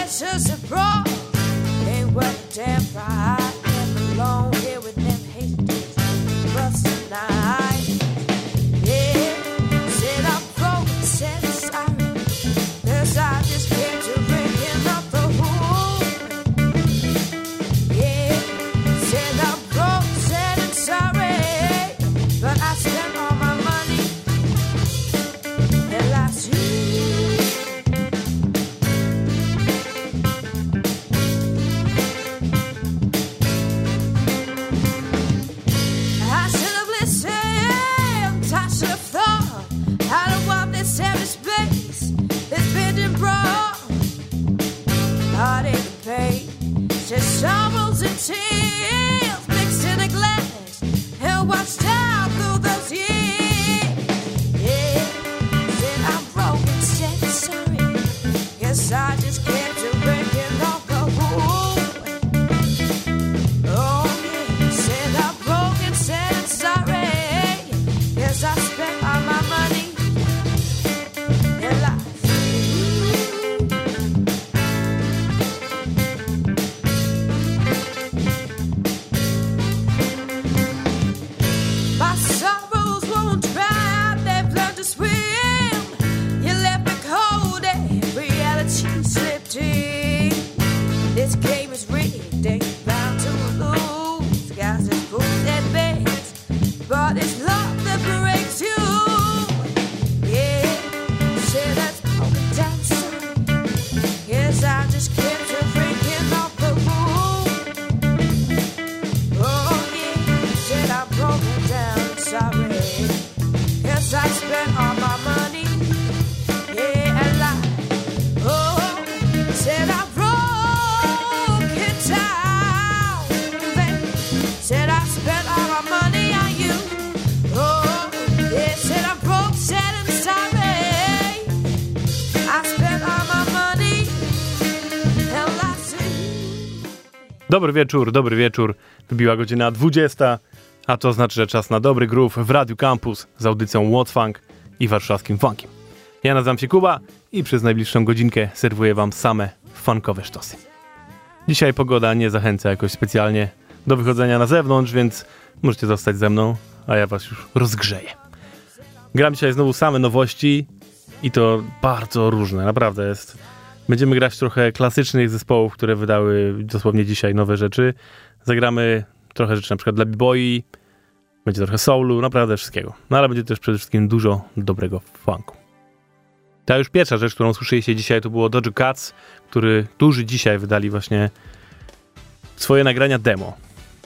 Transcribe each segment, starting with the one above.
letters abroad ain't worth a damn pride. Never alone here with them haters, but tonight, yeah, said I'm broke, said sorry, 'cause I just came to bring up the whole. Yeah, said I'm broke, said I'm sorry, but I spent all my money and last year. Just sorrows and tears mixed in a glass and watched down through those years. Yeah, said I'm broken, said sorry. Yes, I just came to break it off the wound. Oh yeah, said I'm broken, said sorry. Yes, I spent all my money. This game is rigged, ain't bound to lose. Guys, it's good and bad, but it's love that breaks you. Yeah, say that's broken down, son. Yes, I just came to breaking off the wound. Oh yeah, said I'm broken down, sorry. Yes, I spent all my money. Yeah, and life. Oh, said I'm said I spent all my money on you. Oh, yeah, said I'm broke, said I'm sorry. I spent all my money and lost it. Dobry wieczór. Wybiła godzina 20, a to znaczy, że czas na dobry groove w Radiu Campus z audycją What's Funk i warszawskim funkiem. Ja nazywam się Kuba i przez najbliższą godzinkę serwuję wam same funkowe sztosy. Dzisiaj pogoda nie zachęca jakoś specjalnie do wychodzenia na zewnątrz, więc możecie zostać ze mną, a ja was już rozgrzeję. Gram dzisiaj znowu same nowości i to bardzo różne, naprawdę jest. Będziemy grać trochę klasycznych zespołów, które wydały dosłownie dzisiaj nowe rzeczy. Zagramy trochę rzeczy na przykład dla b-boyi, będzie trochę soulu, naprawdę wszystkiego. No ale będzie też przede wszystkim dużo dobrego funku. Ta już pierwsza rzecz, którą słyszeliście dzisiaj, to było Doja Cats, którzy dzisiaj wydali właśnie swoje nagrania demo.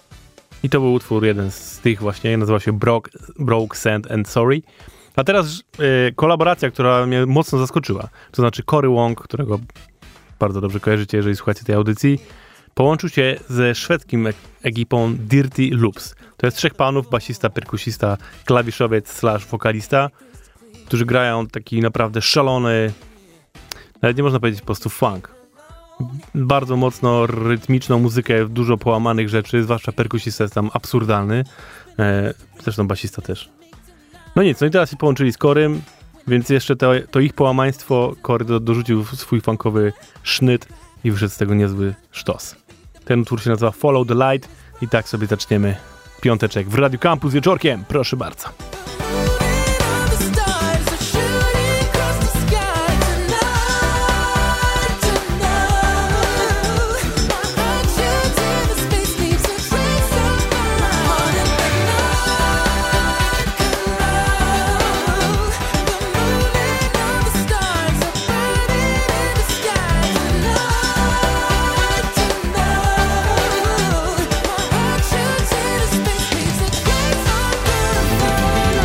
I to był utwór, jeden z tych właśnie, nazywa się Broke, Sand and Sorry. A teraz kolaboracja, która mnie mocno zaskoczyła. To znaczy Cory Wong, którego bardzo dobrze kojarzycie, jeżeli słuchacie tej audycji, połączył się ze szwedzkim ekipą Dirty Loops. To jest 3 panów, basista, perkusista, klawiszowiec / wokalista, którzy grają taki naprawdę szalony, nawet nie można powiedzieć po prostu funk. Bardzo mocno rytmiczną muzykę, dużo połamanych rzeczy, zwłaszcza perkusista jest tam absurdalny, zresztą basista też. No nic, no i teraz się połączyli z Corym, więc jeszcze to ich połamaństwo, Cory dorzucił swój funkowy sznyt i wyszedł z tego niezły sztos. Ten utwór się nazywa Follow the Light i tak sobie zaczniemy piąteczek w Radiu Campus wieczorkiem, proszę bardzo. Follow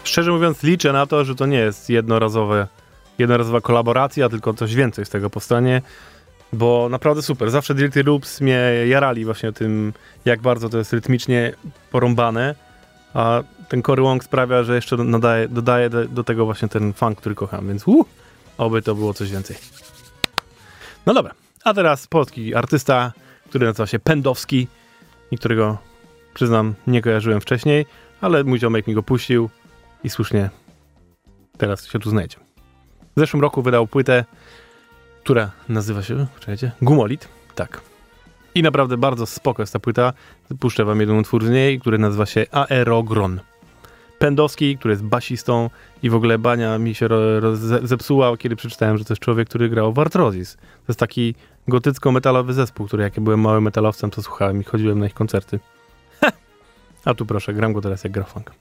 Szczerze mówiąc, liczę na to, że to nie jest jednorazowa kolaboracja, tylko coś więcej z tego powstanie, bo naprawdę super. Zawsze Dirty Loops mnie jarali właśnie tym, jak bardzo to jest rytmicznie porąbane, a ten Cory Wong sprawia, że jeszcze dodaje do tego właśnie ten funk, który kocham, więc oby to było coś więcej. No dobra, a teraz polski artysta, który nazywa się Pendowski i którego, przyznam, nie kojarzyłem wcześniej, ale mój ziomek mi go puścił i słusznie teraz się tu znajdzie. W zeszłym roku wydał płytę, która nazywa się, Gumolit, tak. I naprawdę bardzo spoko jest ta płyta. Puszczę wam jeden utwór z niej, który nazywa się Aerogron. Pendowski, który jest basistą i w ogóle bania mi się zepsuła, kiedy przeczytałem, że to jest człowiek, który grał w Arthrosis. To jest taki gotycko-metalowy zespół, który jak ja byłem małym metalowcem, to słuchałem i chodziłem na ich koncerty. A tu proszę, gram go teraz jak gra funk.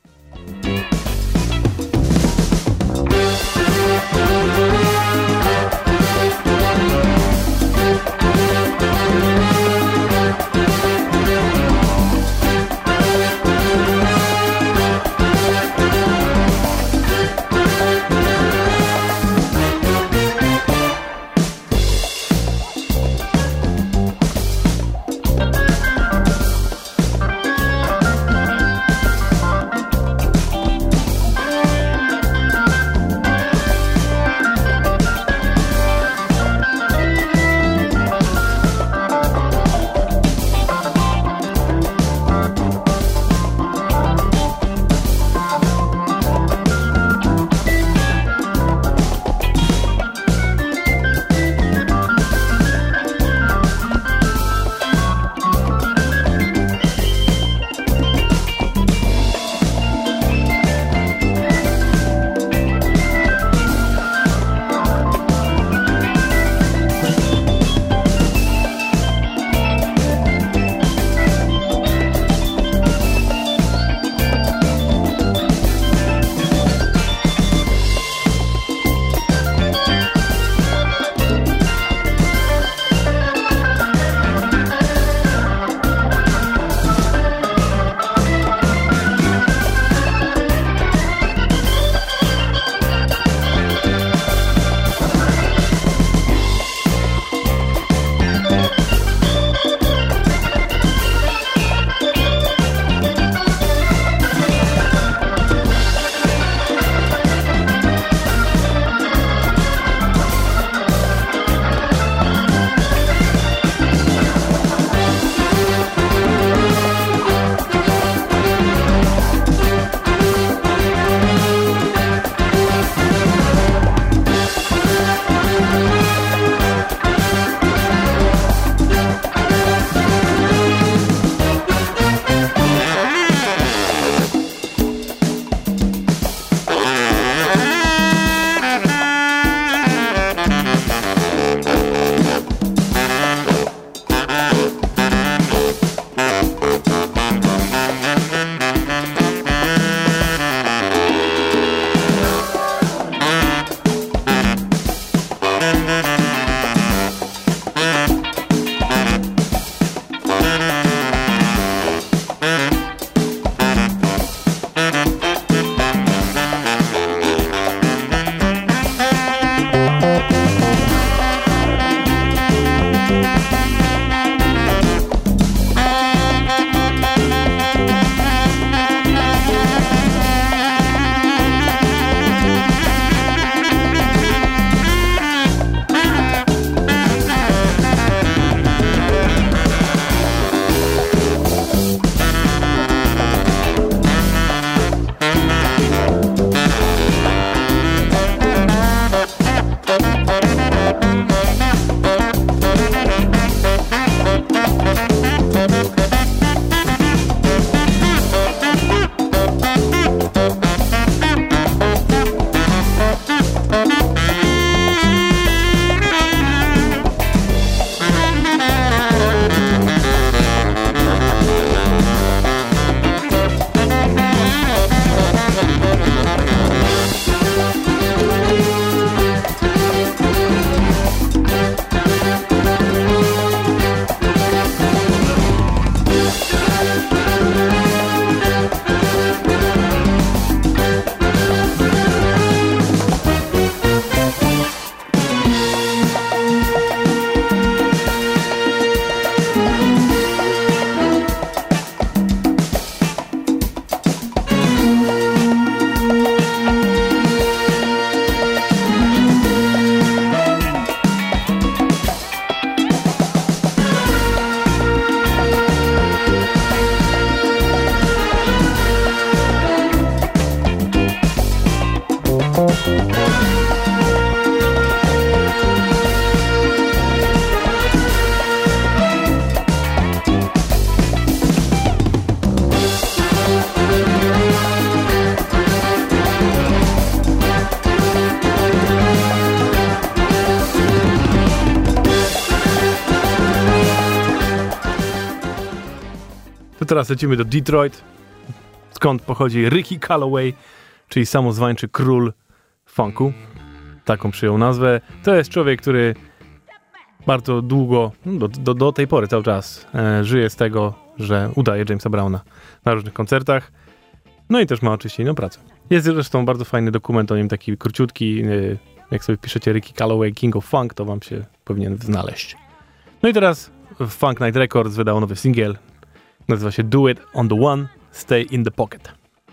Teraz lecimy do Detroit, skąd pochodzi Ricky Calloway, czyli samozwańczy król funku. Taką przyjął nazwę. To jest człowiek, który bardzo długo, do tej pory cały czas żyje z tego, że udaje Jamesa Browna na różnych koncertach. No i też ma oczywiście inną pracę. Jest zresztą bardzo fajny dokument o nim, taki króciutki. Jak sobie piszecie Ricky Calloway King of Funk, to wam się powinien znaleźć. No i teraz Funk Night Records wydał nowy singiel. Nazywa się Do It on the One, Stay in the Pocket.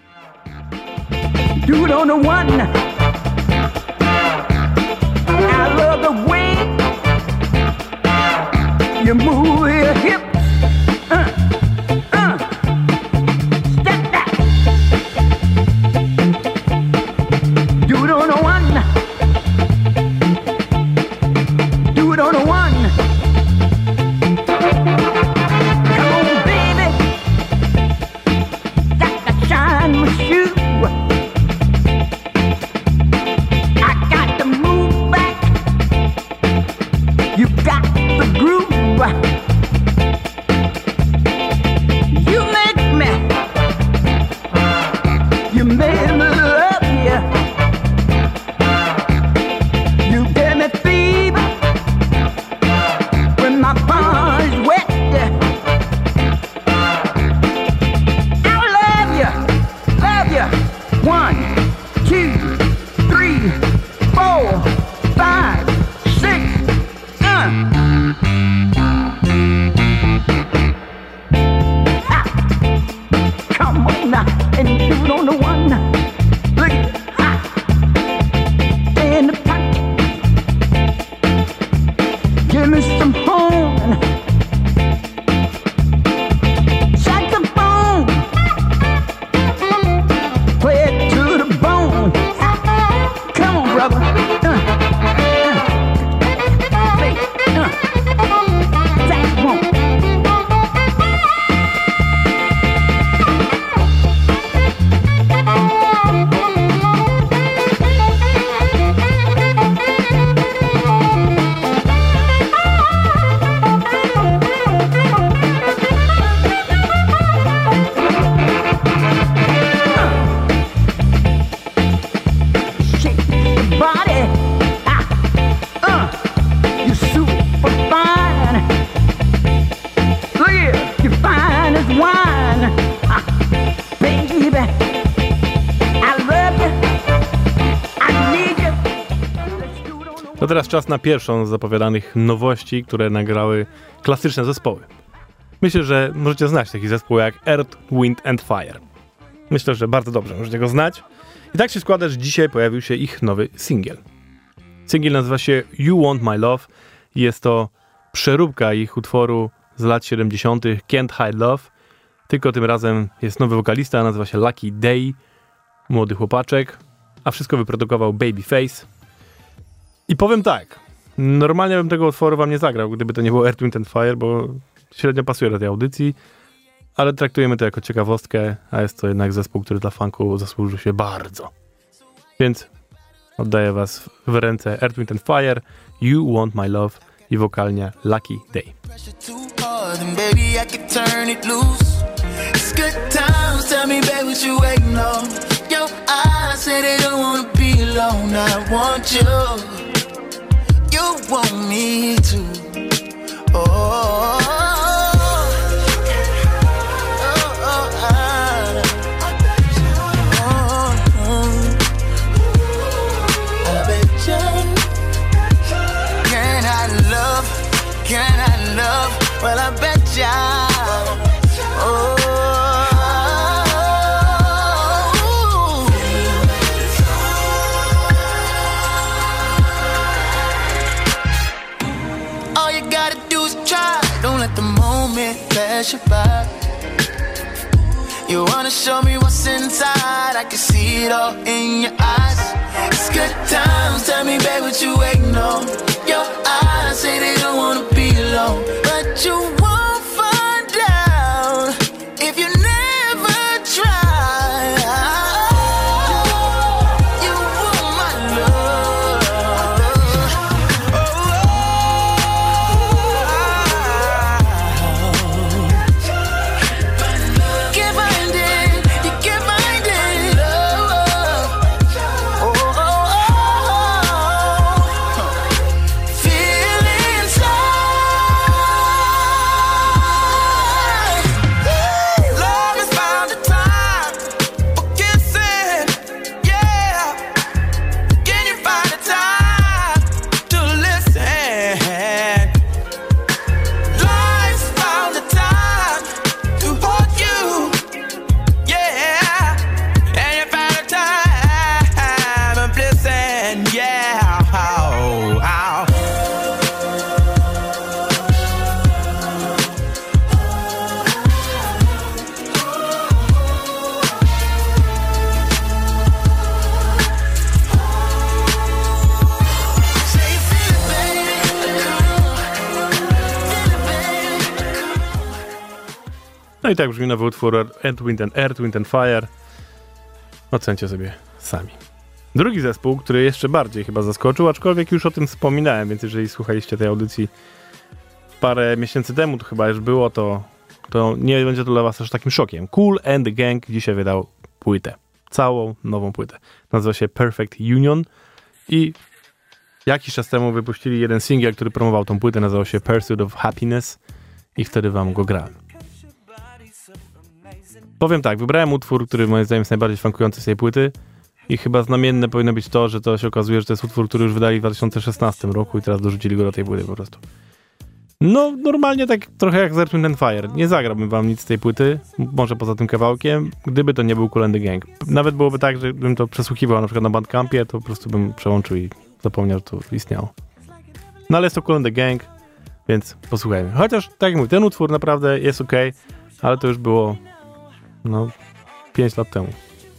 Do it on the one. I love the way you move your hips. Step back. Do it on the one. Do it on the one. To teraz czas na pierwszą z zapowiadanych nowości, które nagrały klasyczne zespoły. Myślę, że możecie znać taki zespół jak Earth, Wind and Fire. Myślę, że bardzo dobrze możecie go znać. I tak się składa, że dzisiaj pojawił się ich nowy singiel. Singiel nazywa się You Want My Love. Jest to przeróbka ich utworu z lat 70. Can't Hide Love. Tylko tym razem jest nowy wokalista, nazywa się Lucky Day. Młody chłopaczek. A wszystko wyprodukował Babyface. I powiem tak, normalnie bym tego utworu wam nie zagrał, gdyby to nie było Earth, Wind and Fire, bo średnio pasuje do tej audycji, ale traktujemy to jako ciekawostkę, a jest to jednak zespół, który dla funku zasłużył się bardzo. Więc oddaję was w ręce Earth, Wind and Fire, You Want My Love i wokalnie Lucky Day. You want me to, oh, I bet you. Can I love? Well, I bet ya. Oh. Pass you by. You wanna show me what's inside? I can see it all in your eyes. It's good and yeah, how. No i tak brzmi nowy utwór Earth, Wind and Fire. Ocencie sobie sami. Drugi zespół, który jeszcze bardziej chyba zaskoczył, aczkolwiek już o tym wspominałem, więc jeżeli słuchaliście tej audycji parę miesięcy temu, to chyba już było, to nie będzie to dla was aż takim szokiem. Kool and the Gang dzisiaj wydał płytę. Całą nową płytę. Nazywa się Perfect Union i jakiś czas temu wypuścili jeden singiel, który promował tą płytę, nazywał się Pursuit of Happiness i wtedy wam go grałem. Powiem tak, wybrałem utwór, który moim zdaniem jest najbardziej funkujący z tej płyty i chyba znamienne powinno być to, że to się okazuje, że to jest utwór, który już wydali w 2016 roku i teraz dorzucili go do tej płyty po prostu. No, normalnie tak trochę jak z Earth, Wind and Fire. Nie zagrałbym wam nic z tej płyty, może poza tym kawałkiem, gdyby to nie był Kool and the Gang. Nawet byłoby tak, że bym to przesłuchiwał na przykład na Bandcampie, to po prostu bym przełączył i zapomniał, że to istniało. No ale jest to Kool and the Gang, więc posłuchajmy. Chociaż, tak jak mówię, ten utwór naprawdę jest okej, ale to już było 5 lat temu.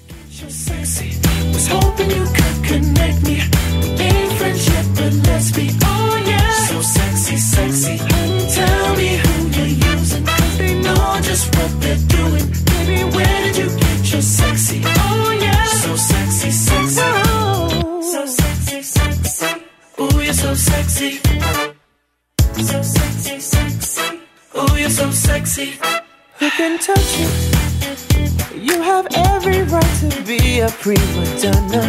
Was hoping you could connect me. Ain't friends yet, but let's be. Oh yeah, so sexy, sexy. Tell me who you're using, 'cause they know just what they're doing. Baby, where did you get your sexy? Oh yeah, so sexy, sexy. Oh, so sexy, sexy. Ooh, you're so sexy. So sexy, sexy. Ooh, you're so sexy. You can touch it. You have every right to be a prima donna.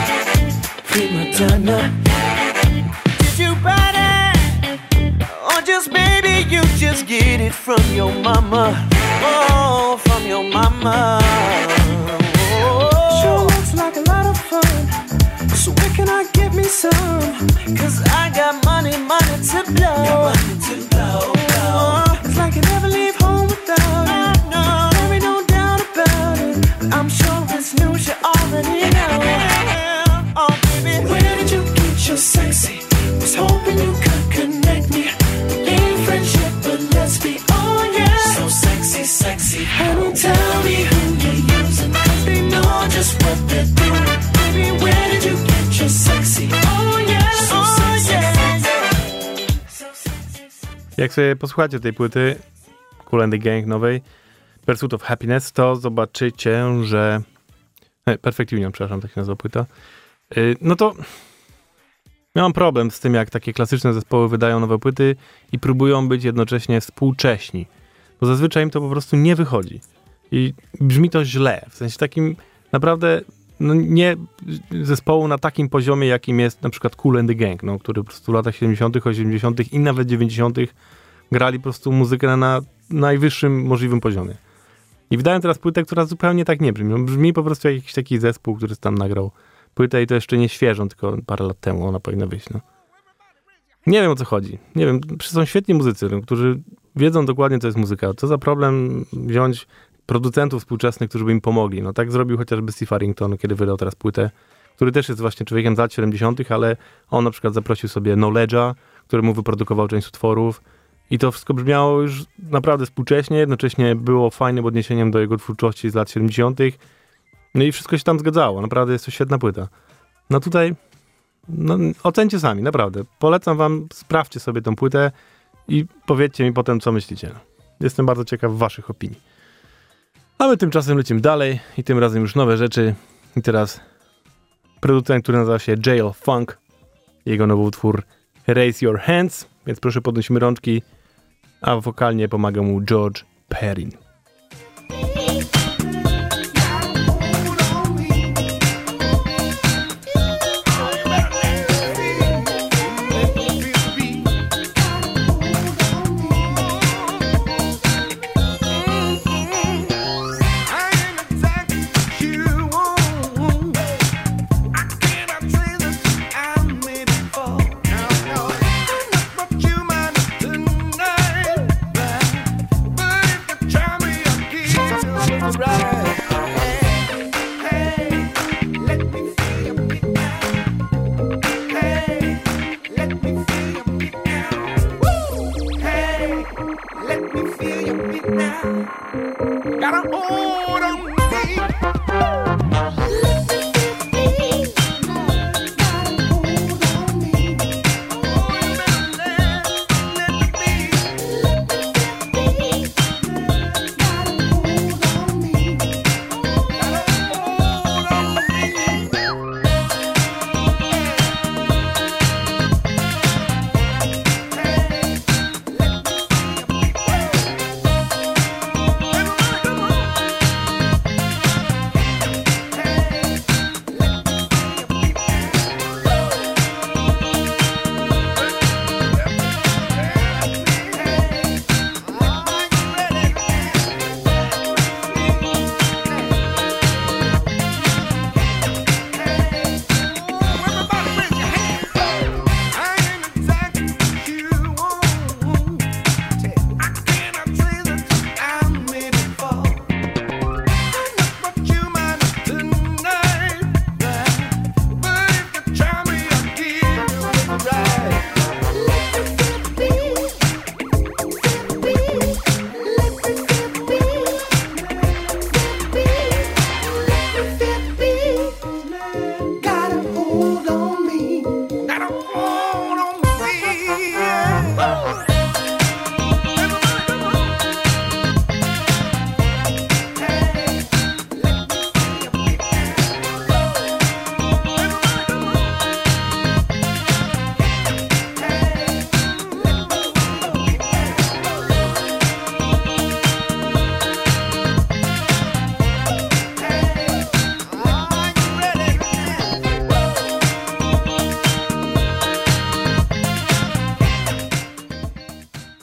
Prima donna. Did you buy that? Or just maybe you just get it from your mama? Oh, from your mama. Oh. Sure looks like a lot of fun. So where can I get me some? 'Cause I got money, money to blow. Got money to blow, blow. It's like you never leave home without it. No, there ain't no doubt about it. I'm sure it's news you already know. Oh baby, where did you get your sexy? Was hoping you could connect me. Ain't friendship, but let's be. Oh yeah, so sexy, sexy. Honey, tell me who you're using, 'cause they know just what they're doing. Baby, where did you get your sexy? Oh yeah, so sexy, so sexy. Jak sobie posłuchacie tej płyty Kool and the Gang nowej Pursuit of Happiness, to zobaczycie, że Perfect Union, przepraszam, tak się nazywa płyta. No to miałam problem z tym, jak takie klasyczne zespoły wydają nowe płyty i próbują być jednocześnie współcześni, bo zazwyczaj im to po prostu nie wychodzi i brzmi to źle, w sensie takim naprawdę nie zespołu na takim poziomie, jakim jest na przykład Kool and the Gang, który po prostu w latach 70., 80. i nawet 90. grali po prostu muzykę na najwyższym możliwym poziomie. I wydają teraz płytę, która zupełnie tak nie brzmi. Brzmi po prostu jak jakiś taki zespół, który tam nagrał płytę i to jeszcze nie świeżą, tylko parę lat temu ona powinna wyjść. Nie wiem, o co chodzi. Nie wiem, są świetni muzycy, którzy wiedzą dokładnie, co jest muzyka. Co za problem wziąć producentów współczesnych, którzy by im pomogli. Tak zrobił chociażby Steve Harrington, kiedy wydał teraz płytę, który też jest właśnie człowiekiem z lat 70., ale on na przykład zaprosił sobie Knowledge'a, który mu wyprodukował część utworów i to wszystko brzmiało już naprawdę współcześnie, jednocześnie było fajnym odniesieniem do jego twórczości z lat 70. No i wszystko się tam zgadzało. Naprawdę jest to świetna płyta. Tutaj ocencie sami, naprawdę. Polecam wam, sprawdźcie sobie tą płytę i powiedzcie mi potem, co myślicie. Jestem bardzo ciekaw waszych opinii. A my tymczasem lecimy dalej i tym razem już nowe rzeczy. I teraz producent, który nazywa się Jail Funk. Jego nowy utwór Raise Your Hands, więc proszę podnieśmy rączki, a wokalnie pomaga mu George Perrin. Try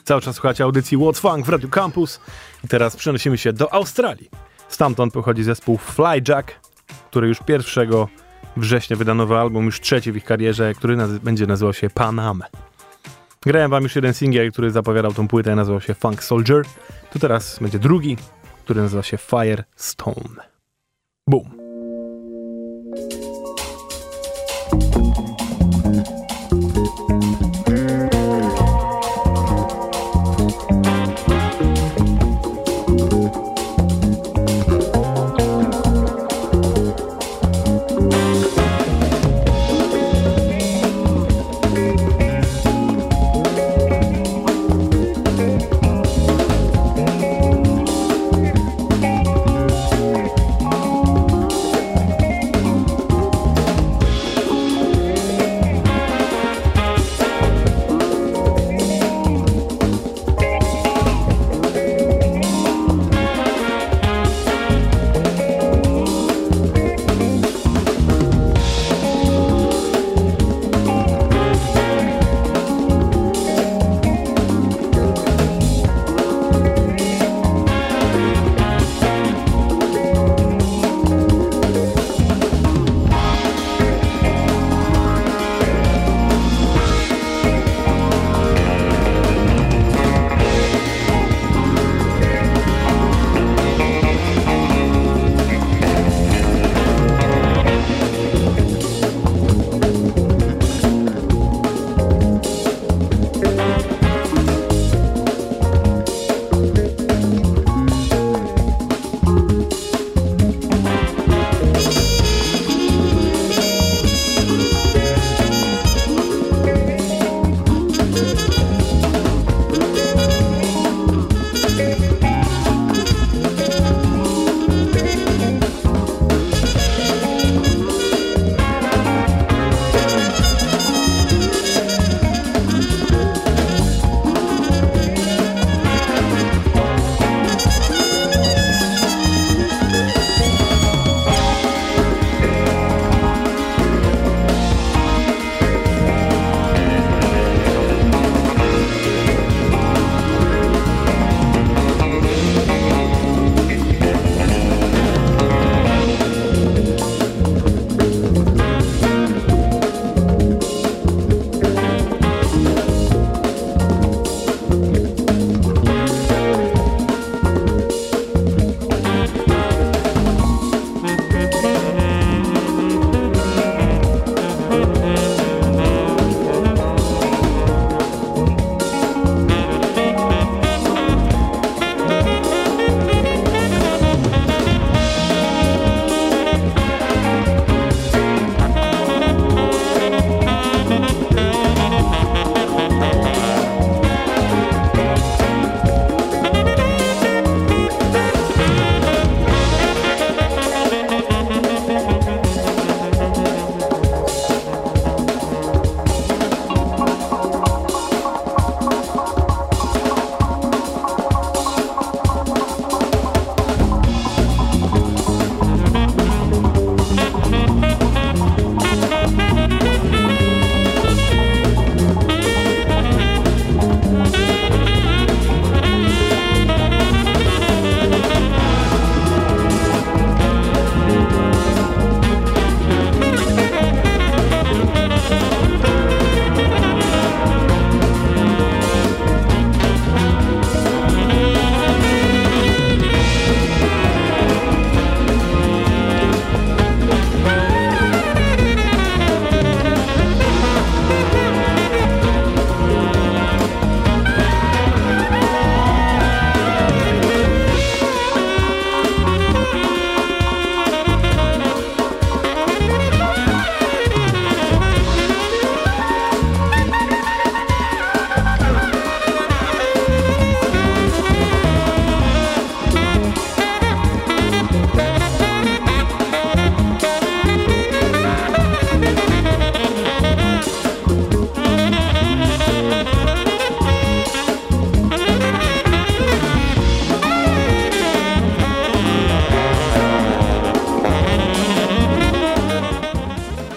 Cały czas słuchacie audycji What's Funk w Radio Campus i teraz przenosimy się do Australii. Stamtąd pochodzi zespół Flyjack, który już 1 września wyda nowy album, już 3 w ich karierze, który będzie nazywał się Panam. Grałem wam już jeden singiel, który zapowiadał tą płytę, nazywał się Funk Soldier. Tu teraz będzie drugi, który nazywa się Firestone. Boom.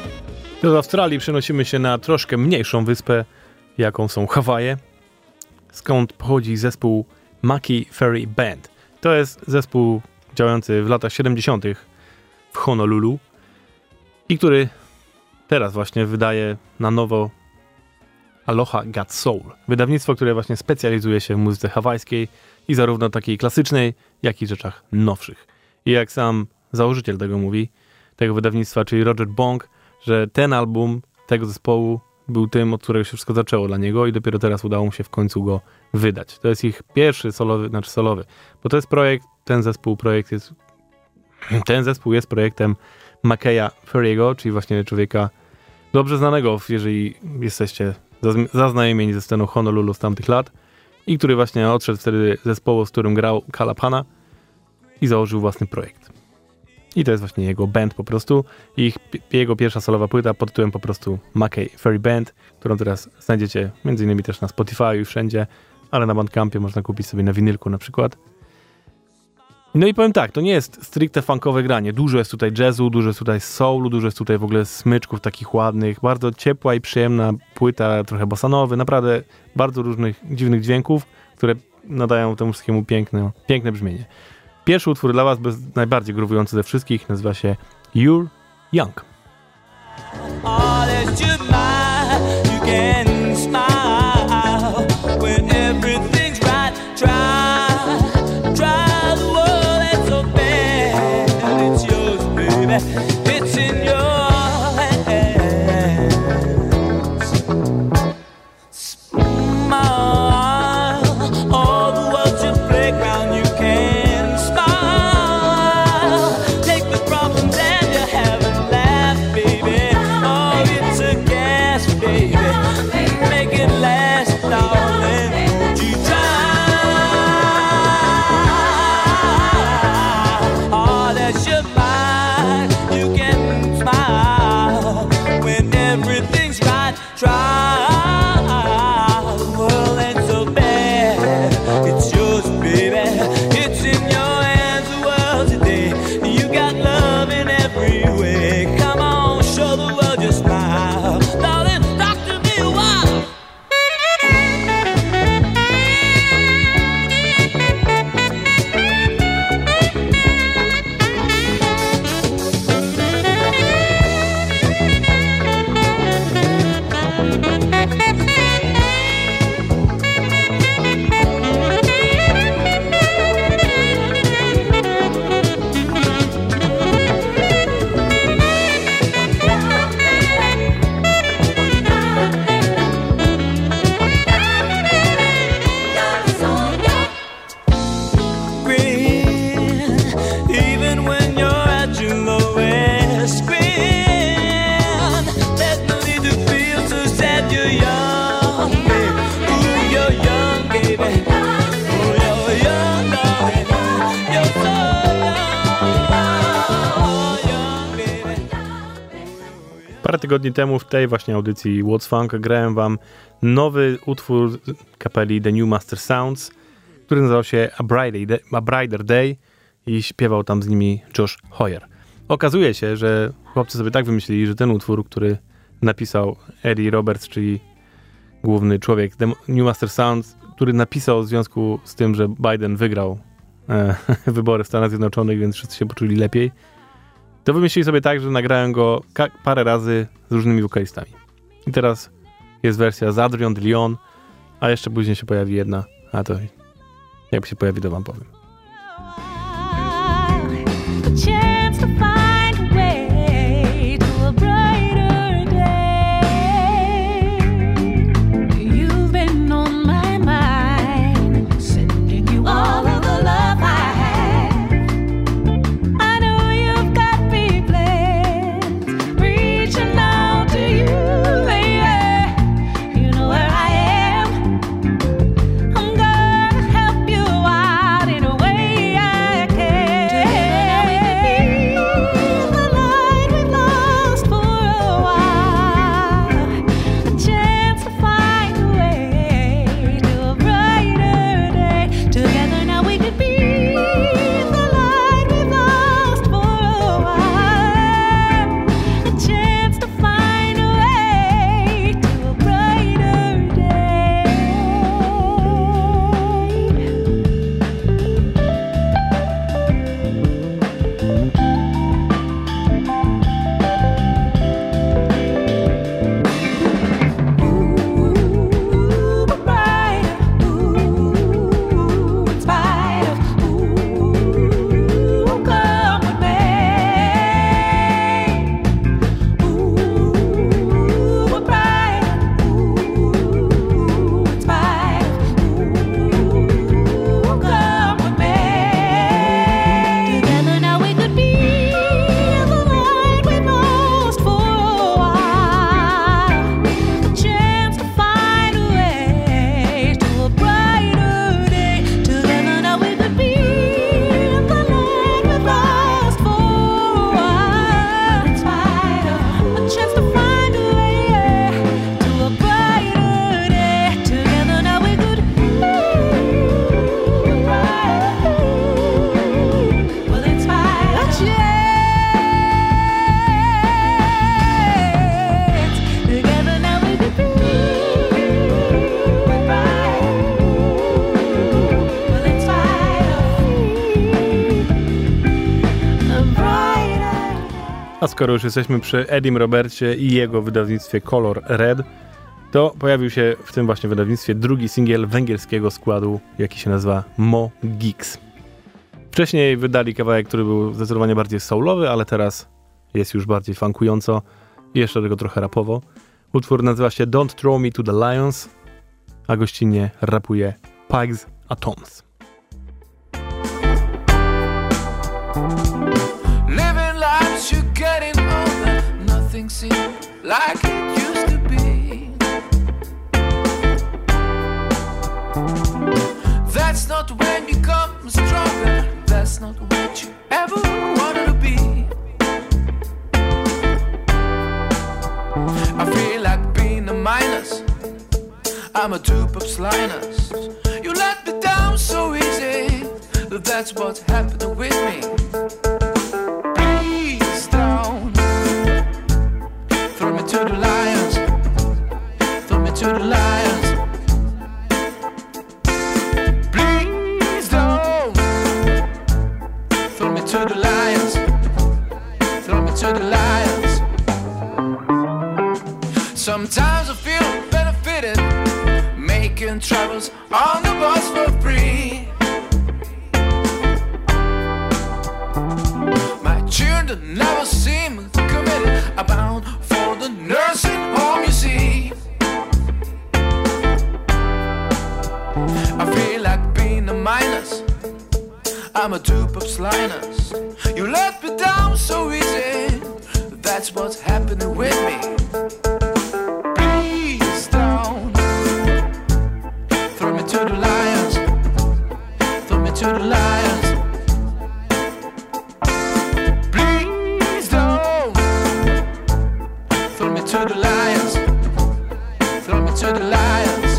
Z Australii przenosimy się na troszkę mniejszą wyspę, jaką są Hawaje. skąd pochodzi zespół Mackie Ferry Band. To jest zespół działający w latach 70. w Honolulu i który teraz właśnie wydaje na nowo Aloha Got Soul. Wydawnictwo, które właśnie specjalizuje się w muzyce hawajskiej i zarówno takiej klasycznej, jak i rzeczach nowszych. I jak sam założyciel tego mówi, tego wydawnictwa, czyli Roger Bong, że ten album tego zespołu był tym, od którego się wszystko zaczęło dla niego i dopiero teraz udało mu się w końcu go wydać. To jest ich pierwszy solowy, bo to jest ten zespół jest projektem Mackeya Ferry'ego, czyli właśnie człowieka dobrze znanego, jeżeli jesteście zaznajomieni ze sceną Honolulu z tamtych lat i który właśnie odszedł wtedy z zespołu, z którym grał Kalapana i założył własny projekt. I to jest właśnie jego band po prostu. Jego pierwsza solowa płyta pod tytułem po prostu Mackie Ferry Band, którą teraz znajdziecie m.in. też na Spotify i wszędzie, ale na Bandcampie można kupić sobie na winylku na przykład. No i powiem tak, to nie jest stricte funkowe granie. Dużo jest tutaj jazzu, dużo jest tutaj soulu, dużo jest tutaj w ogóle smyczków takich ładnych. Bardzo ciepła i przyjemna płyta, trochę bossanowy, naprawdę bardzo różnych dziwnych dźwięków, które nadają temu wszystkiemu piękne brzmienie. Pierwszy utwór dla was, najbardziej gruwujący ze wszystkich, nazywa się You're Young. All that you mind, you can smile when everything's right. Try the world, it's so bad, it's yours, baby. It's in your hands. Smile, all the world's your playground. You can smile, take the problems and you have and laugh, baby. Oh, it's a gas, baby. Make it last, darling. Won't you try? Oh, that's your mind. You can smile when everything's right. Try. The world ain't so bad. It's yours, baby. It's in your hands. The world today. You got love in every way. Come on, show the world your smile. Darling, talk to me a while. Grin, even when you're at your lowest. Grin, there's no need to feel so sad. You're young, baby. Ooh, you're young, baby. Oh, you're young, darling. You're so young, baby. Parę tygodni temu w tej właśnie audycji What's Funk grałem wam nowy utwór kapeli The New Master Sounds, który nazywał się A Brighter Day i śpiewał tam z nimi Josh Hoyer. Okazuje się, że chłopcy sobie tak wymyślili, że ten utwór, który napisał Eddie Roberts, czyli główny człowiek The New Master Sounds, który napisał w związku z tym, że Biden wygrał wybory w Stanach Zjednoczonych, więc wszyscy się poczuli lepiej, to wymyślili sobie tak, że nagrałem go parę razy z różnymi wokalistami. I teraz jest wersja z Adrian DeLeon, a jeszcze później się pojawi jedna, a to jak się pojawi, to wam powiem. Chance to find a way to a brighter day. You've been on my mind, sending you all of the love I have. I know you've got big plans, reaching out to you, yeah. You know where I am. I'm gonna help you out in a way I can. A skoro już jesteśmy przy Edim Robertsie i jego wydawnictwie Color Red, to pojawił się w tym właśnie wydawnictwie drugi singiel węgierskiego składu, jaki się nazywa Mo Geeks. Wcześniej wydali kawałek, który był zdecydowanie bardziej soulowy, ale teraz jest już bardziej funkująco i jeszcze tego trochę rapowo. Utwór nazywa się Don't Throw Me to the Lions, a gościnnie rapuje Pigs Atoms. Living life, you're getting older. Nothing seems like it used to be. That's not when you come stronger. That's not what you ever wanted to be. I feel like being a minus. I'm a dupe of slyness. You let me down so easy. That's what's happening with me. Please don't throw me to the lions. Throw me to the lions. Please don't throw me to the lions. Throw me to the lions. Sometimes I feel benefited, making travels on the bus for free. My children never seem committed, I'm bound for the nursing home, you see. I feel like being a minus, I'm a dupe of slyness. You let me down so easy, that's what's happening with me. Please don't throw me to the lions. Throw me to the lions. Please don't throw me to the lions. Throw me to the lions.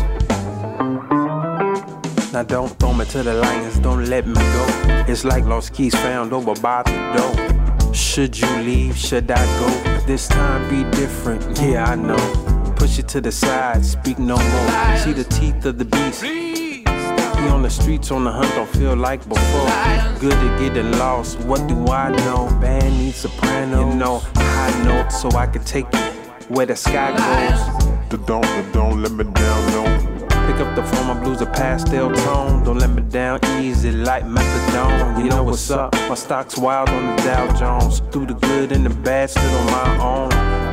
Now don't throw me to the lions, don't let me go. It's like lost keys found over by the door. Should you leave, should I go? This time be different, yeah I know. Push it to the side, speak no more. See the teeth of the beast. He on the streets on the hunt, don't feel like before. Good at getting lost, what do I know? Band needs soprano, you know, high note so I can take it where the sky goes. Don't let me down, no. Pick up the phone, my blues a pastel tone. Don't let me down easy like methadone. You know what's up, my stock's wild on the Dow Jones. Through the good and the bad, stood on my own.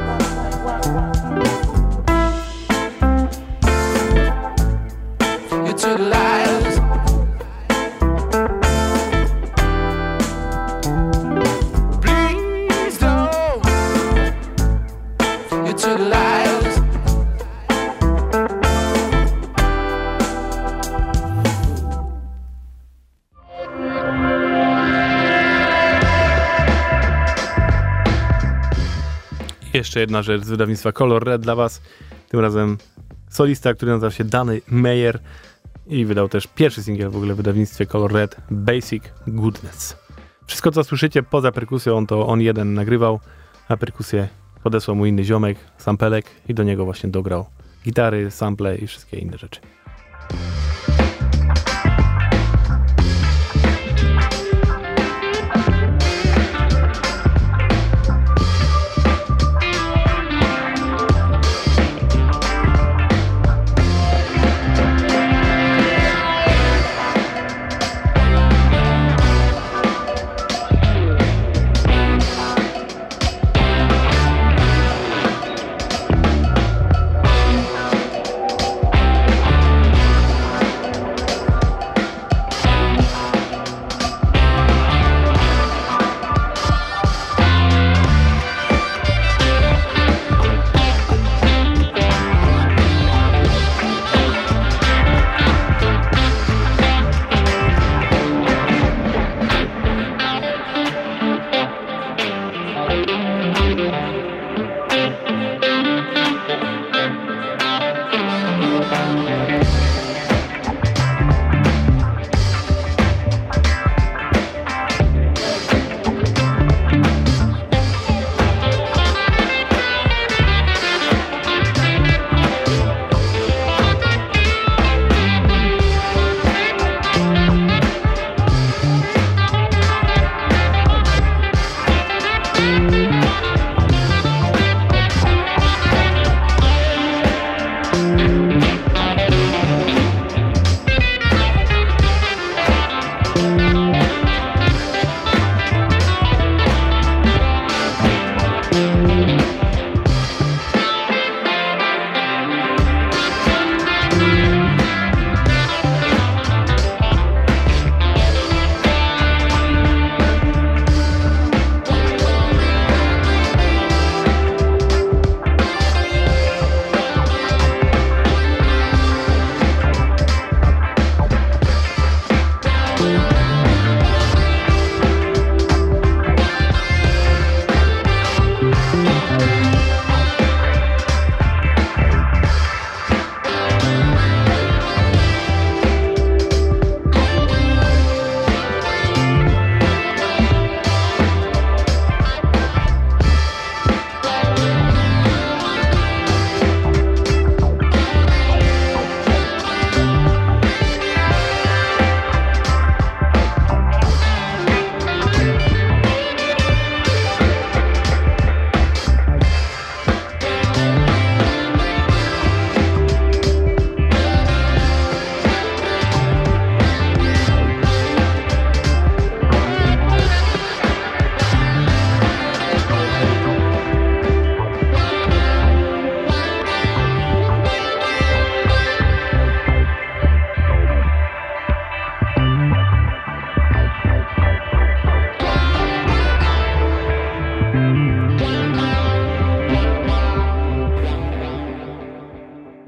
You're to the lions. Please don't. You're to the lions. Jeszcze jedna rzecz z wydawnictwa Color Red dla was. Tym razem solista, który nazywa się Danny Meyer i wydał też pierwszy singiel w ogóle w wydawnictwie Color Red, Basic Goodness. Wszystko co słyszycie poza perkusją to on jeden nagrywał, a perkusję podesłał mu inny ziomek, sampelek i do niego właśnie dograł gitary, sample i wszystkie inne rzeczy.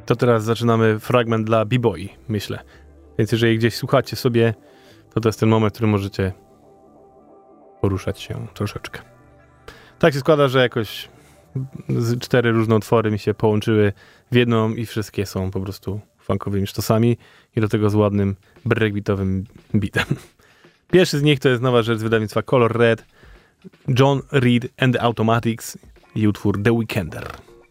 To teraz zaczynamy fragment dla b-boy, myślę. Więc jeżeli gdzieś słuchacie sobie, to jest ten moment, w którym możecie poruszać się troszeczkę. Tak się składa, że jakoś 4 różne utwory mi się połączyły w jedną i wszystkie są po prostu funkowymi sztosami i do tego z ładnym breakbeatowym beatem. Pierwszy z nich to jest nowa rzecz z wydawnictwa Color Red, John Reed and the Automatics i utwór The Weekender.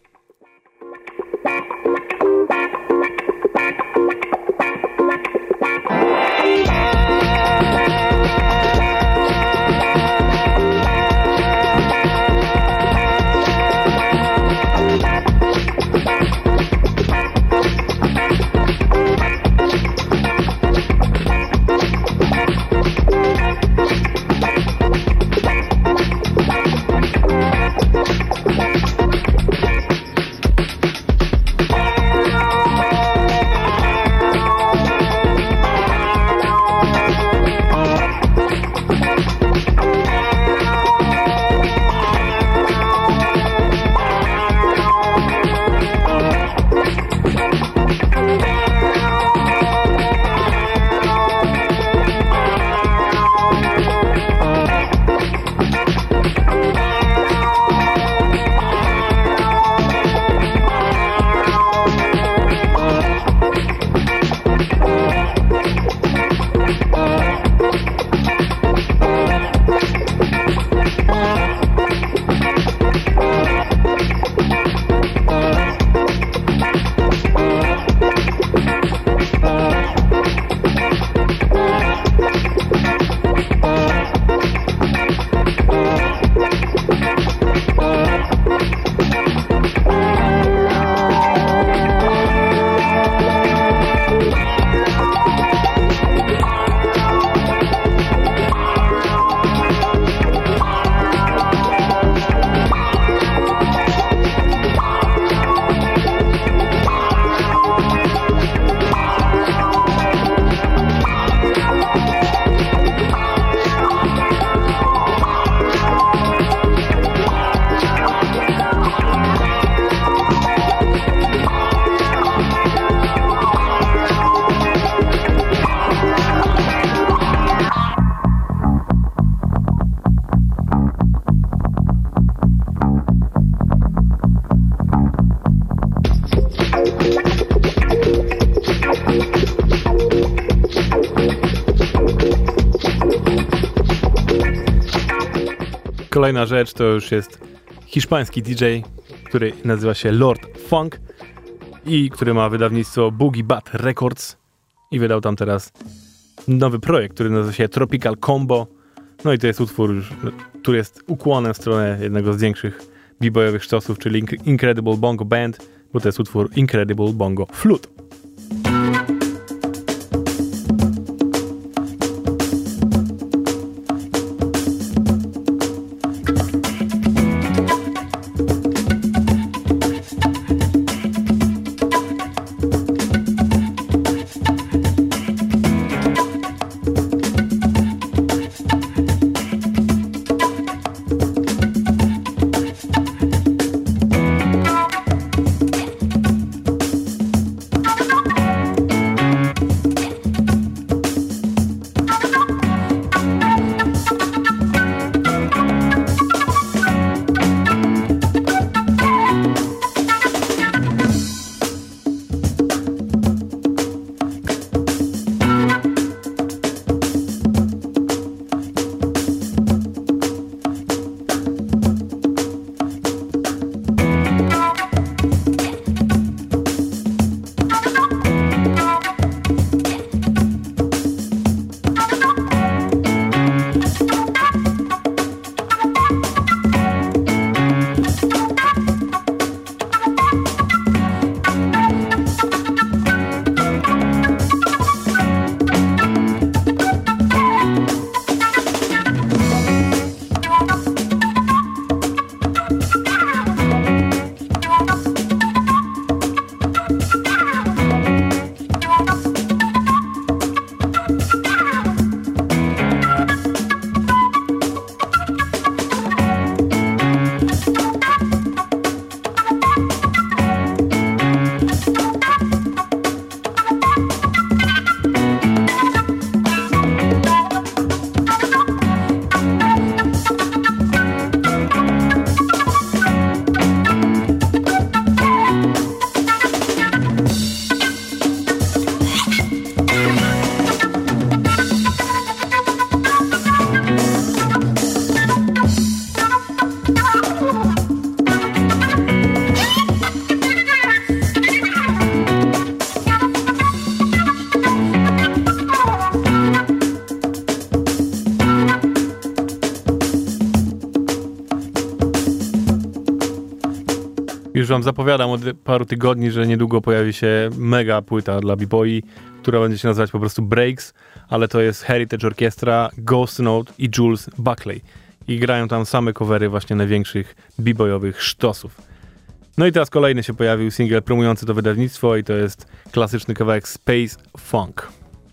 Kolejna rzecz to już jest hiszpański DJ, który nazywa się Lord Funk i który ma wydawnictwo Boogie Bat Records i wydał tam teraz nowy projekt, który nazywa się Tropical Combo. No i to jest utwór, który jest ukłonem w stronę jednego z większych b-boyowych sztosów, czyli Incredible Bongo Band, bo to jest utwór Incredible Bongo Flute. Już wam zapowiadam od paru tygodni, że niedługo pojawi się mega płyta dla b-boyi, która będzie się nazywać po prostu Breaks, ale to jest Heritage Orchestra, Ghost Note i Jules Buckley. I grają tam same covery właśnie największych b-boyowych sztosów. No i teraz kolejny się pojawił singiel promujący to wydawnictwo i to jest klasyczny kawałek Space Funk.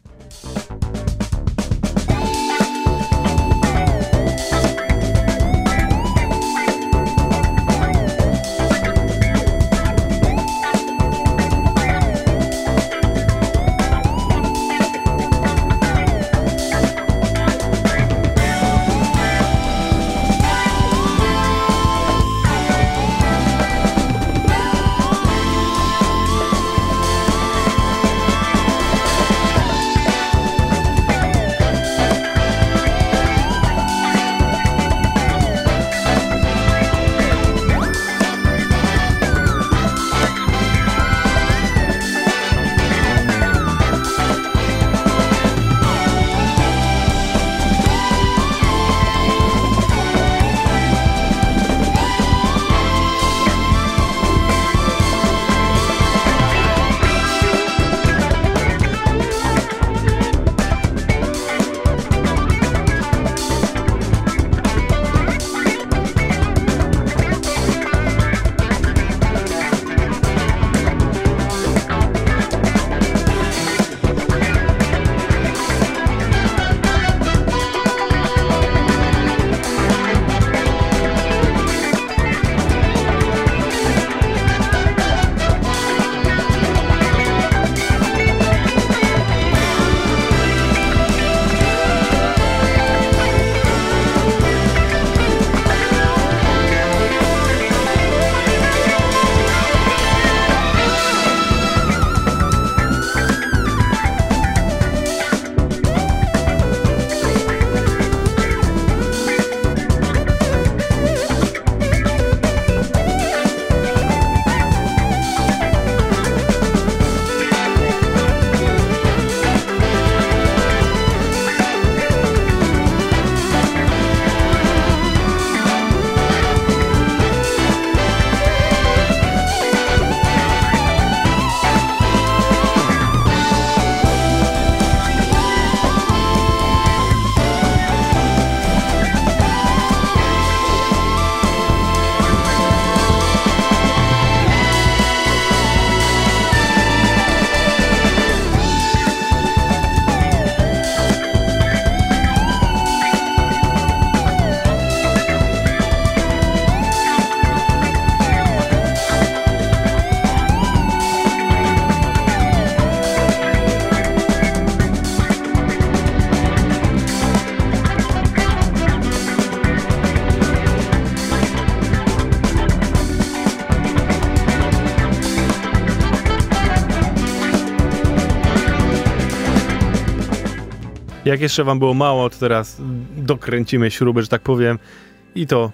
Jak jeszcze wam było mało, to teraz dokręcimy śruby, że tak powiem, i to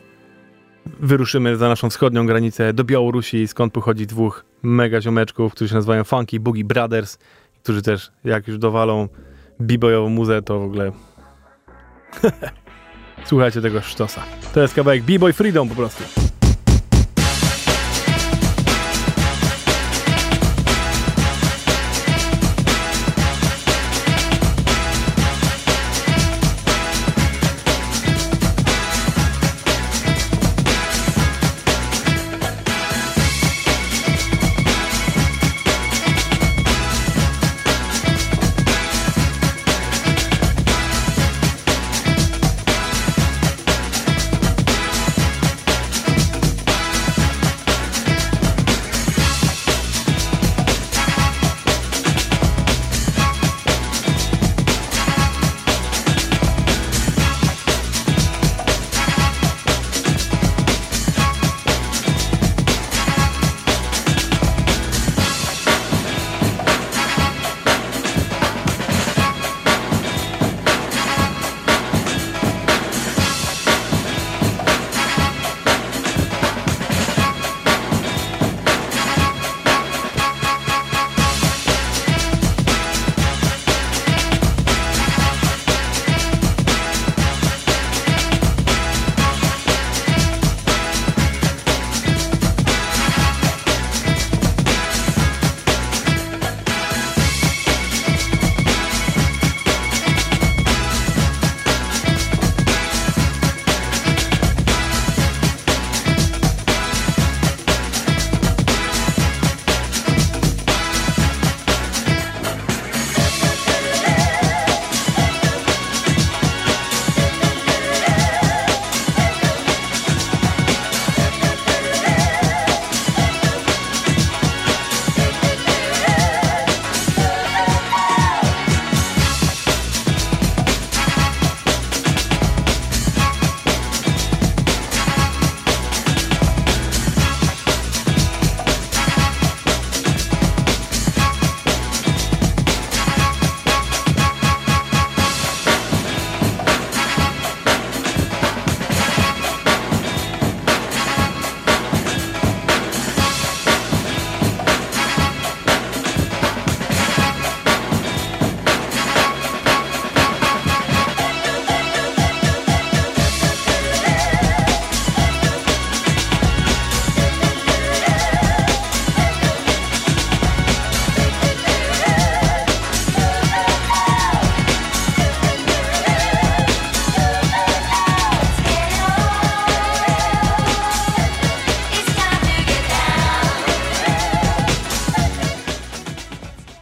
wyruszymy za naszą wschodnią granicę do Białorusi, skąd pochodzi dwóch mega ziomeczków, którzy się nazywają Funky Boogie Brothers, którzy też, jak już dowalą b-boyową muzę, to w ogóle słuchajcie tego sztosa. To jest kawałek B-Boy Freedom po prostu.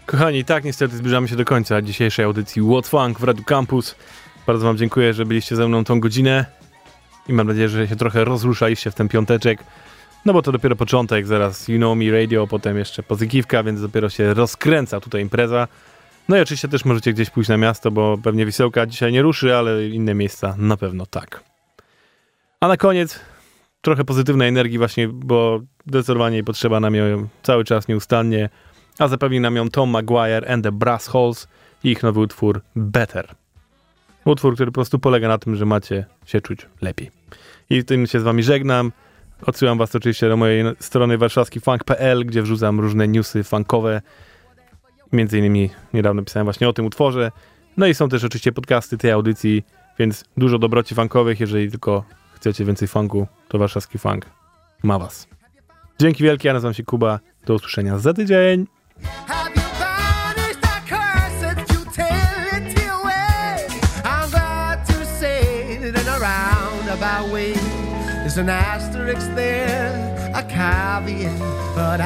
Kochani, tak niestety zbliżamy się do końca dzisiejszej audycji What's Funk w Radiu Campus. Bardzo wam dziękuję, że byliście ze mną tą godzinę i mam nadzieję, że się trochę rozruszaliście w ten piąteczek, no bo to dopiero początek, zaraz You Know Me Radio, potem jeszcze Pozykiwka, więc dopiero się rozkręca tutaj impreza. No i oczywiście też możecie gdzieś pójść na miasto, bo pewnie Wisełka dzisiaj nie ruszy, ale inne miejsca na pewno tak. A na koniec trochę pozytywnej energii właśnie, bo zdecydowanie potrzeba nam ją cały czas nieustannie, a zapewni nam ją Tom Maguire and the Brass Holes i ich nowy utwór Better. Utwór, który po prostu polega na tym, że macie się czuć lepiej. I tym się z wami żegnam. Odsyłam was oczywiście do mojej strony warszawskifunk.pl, gdzie wrzucam różne newsy funkowe. Między innymi niedawno pisałem właśnie o tym utworze. No i są też oczywiście podcasty tej audycji, więc dużo dobroci funkowych. Jeżeli tylko chcecie więcej funku, to warszawski funk ma was. Dzięki wielkie, ja nazywam się Kuba. Do usłyszenia za tydzień. Have you banished that cursed futility away? I'm glad to say that in a roundabout way there's an asterisk there, a caveat, but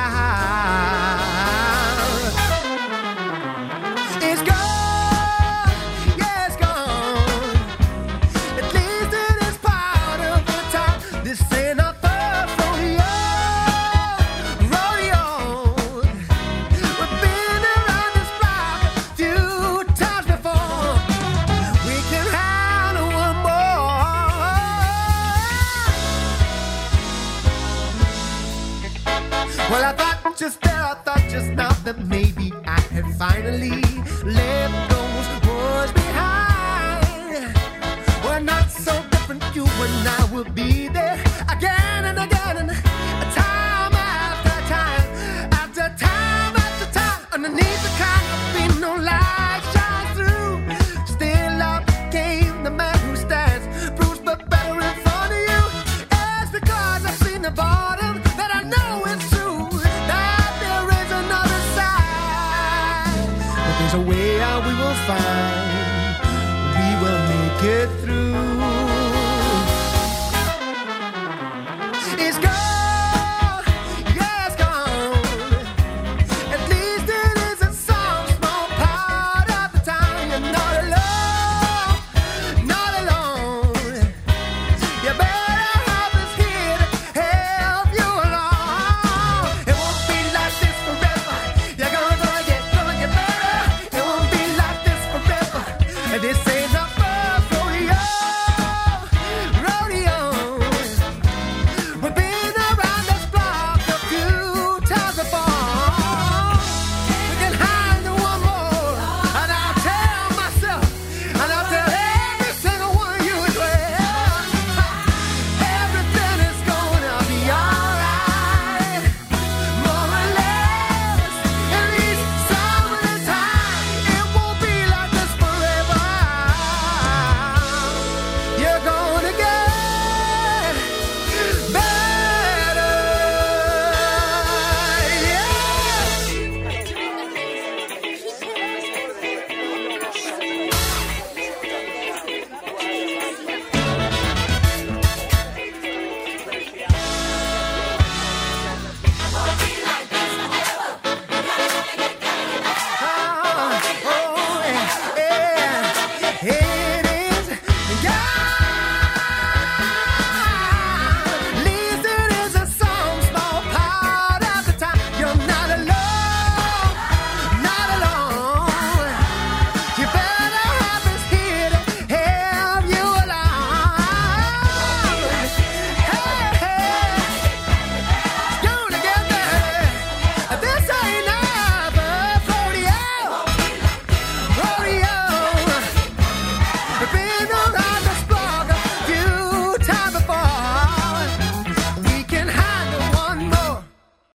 it's gone, yeah, it's gone. At least it is part of the time. This ain't a third rodeo. We've been around this block a few times before. We can handle one more. Well, I thought just now that maybe I had finally left those words behind. We're not so different, you and I will be there again and again, and time after time, after time after time. Underneath the concrete, no light shines through. Still up came the man who stands bruised but better in front of you. It's because I've seen the bottom that I know it's true, that there is another side. But there's a way out we will find. We will make it through. It's gone, yeah, it's gone. At least it isn't some small part of the time. You're not alone, not alone. You better have us here to help you along. It won't be like this forever. You're gonna get better. It won't be like this forever. And this ain't the first rodeo. We've been around this block a few times before. We can handle one more. And I'll tell myself, and I'll tell every single one of you as well. Everything is gonna be alright. More or less, at least some of the time. It won't be like this forever. You're gonna get better. It is gone. At least it isn't some small part of the time. You're not alone, not alone. You better have us here to help you along. Hey, it's gonna get better. This ain't never rodeo. We've been